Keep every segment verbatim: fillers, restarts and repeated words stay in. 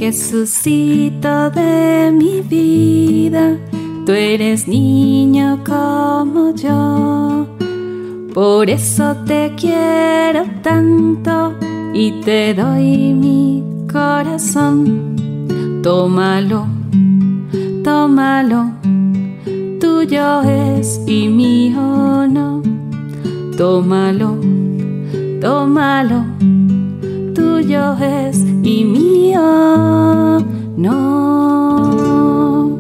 Jesucito de mi vida, tú eres niño como yo. Por eso te quiero tanto y te doy mi corazón. Tómalo, tómalo, tuyo es y mío no. Tómalo, tómalo, tuyo es y mío no.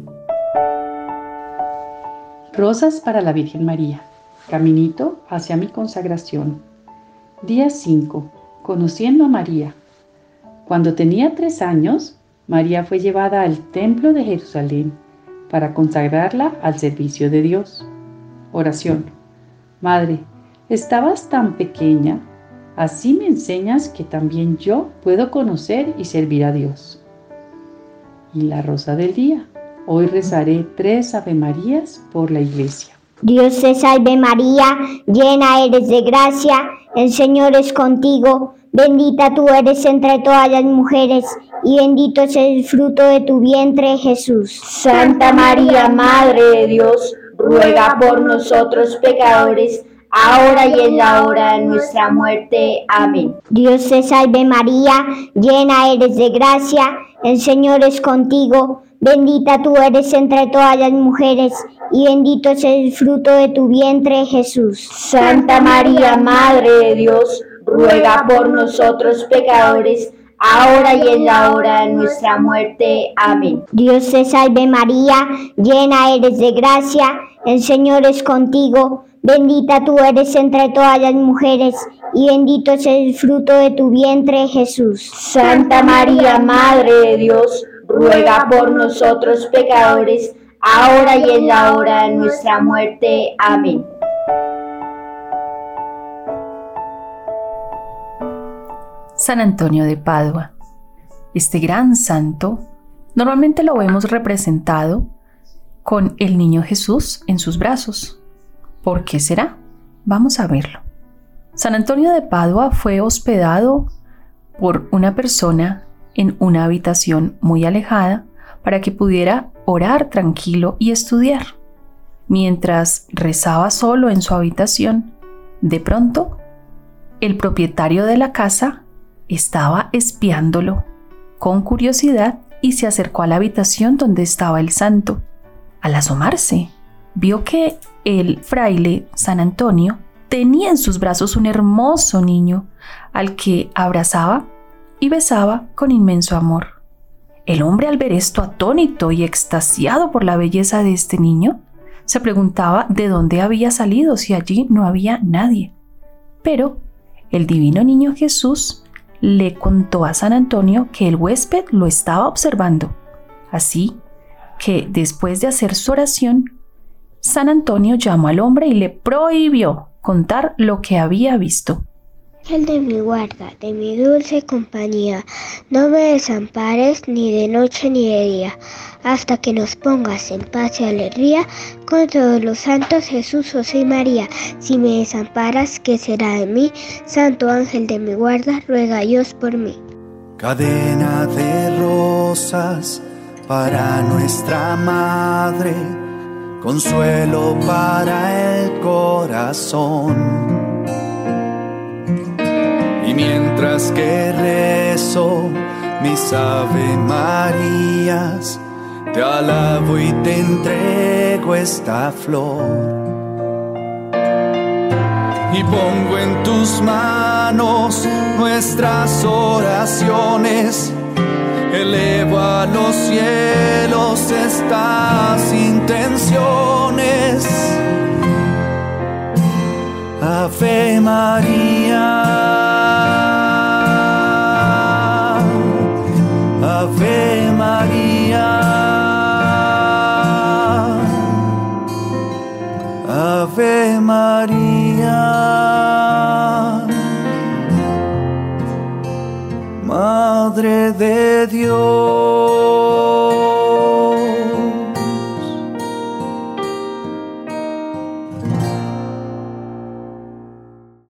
Rosas para la Virgen María. Caminito hacia mi consagración. Día cinco. Conociendo a María. Cuando tenía tres años, María fue llevada al templo de Jerusalén para consagrarla al servicio de Dios. Oración. Madre, estabas tan pequeña, así me enseñas que también yo puedo conocer y servir a Dios. Y la rosa del día. Hoy rezaré tres Ave Marías por la Iglesia. Dios te salve María, llena eres de gracia, el Señor es contigo, bendita tú eres entre todas las mujeres, y bendito es el fruto de tu vientre, Jesús. Santa María, Madre de Dios, ruega por nosotros pecadores, ahora y en la hora de nuestra muerte. Amén. Dios te salve María, llena eres de gracia, el Señor es contigo, bendita tú eres entre todas las mujeres, y bendito es el fruto de tu vientre, Jesús. Santa María, Madre de Dios, ruega por nosotros pecadores, ahora y en la hora de nuestra muerte. Amén. Dios te salve María, llena eres de gracia, el Señor es contigo, bendita tú eres entre todas las mujeres, y bendito es el fruto de tu vientre, Jesús. Santa María, Madre de Dios, ruega por nosotros pecadores, ahora y en la hora de nuestra muerte. Amén. San Antonio de Padua. Este gran santo normalmente lo vemos representado con el niño Jesús en sus brazos. ¿Por qué será? Vamos a verlo. San Antonio de Padua fue hospedado por una persona en una habitación muy alejada para que pudiera orar tranquilo y estudiar. Mientras rezaba solo en su habitación, de pronto, el propietario de la casa estaba espiándolo con curiosidad y se acercó a la habitación donde estaba el santo. Al asomarse, vio que el fraile San Antonio tenía en sus brazos un hermoso niño al que abrazaba y besaba con inmenso amor. El hombre, al ver esto, atónito y extasiado por la belleza de este niño, se preguntaba de dónde había salido si allí no había nadie. Pero el divino niño Jesús le contó a San Antonio que el huésped lo estaba observando. Así que, después de hacer su oración, San Antonio llamó al hombre y le prohibió contar lo que había visto. Ángel de mi guarda, de mi dulce compañía, no me desampares ni de noche ni de día, hasta que nos pongas en paz y alegría con todos los santos, Jesús, José y María. Si me desamparas, ¿qué será de mí? Santo ángel de mi guarda, ruega a Dios por mí. Cadena de rosas para nuestra madre, consuelo para el corazón. Y mientras que rezo mis Ave Marías, te alabo y te entrego esta flor. Y pongo en tus manos nuestras oraciones, elevo a los cielos estas intenciones. Ave María, Ave María, Ave María, Madre de Dios.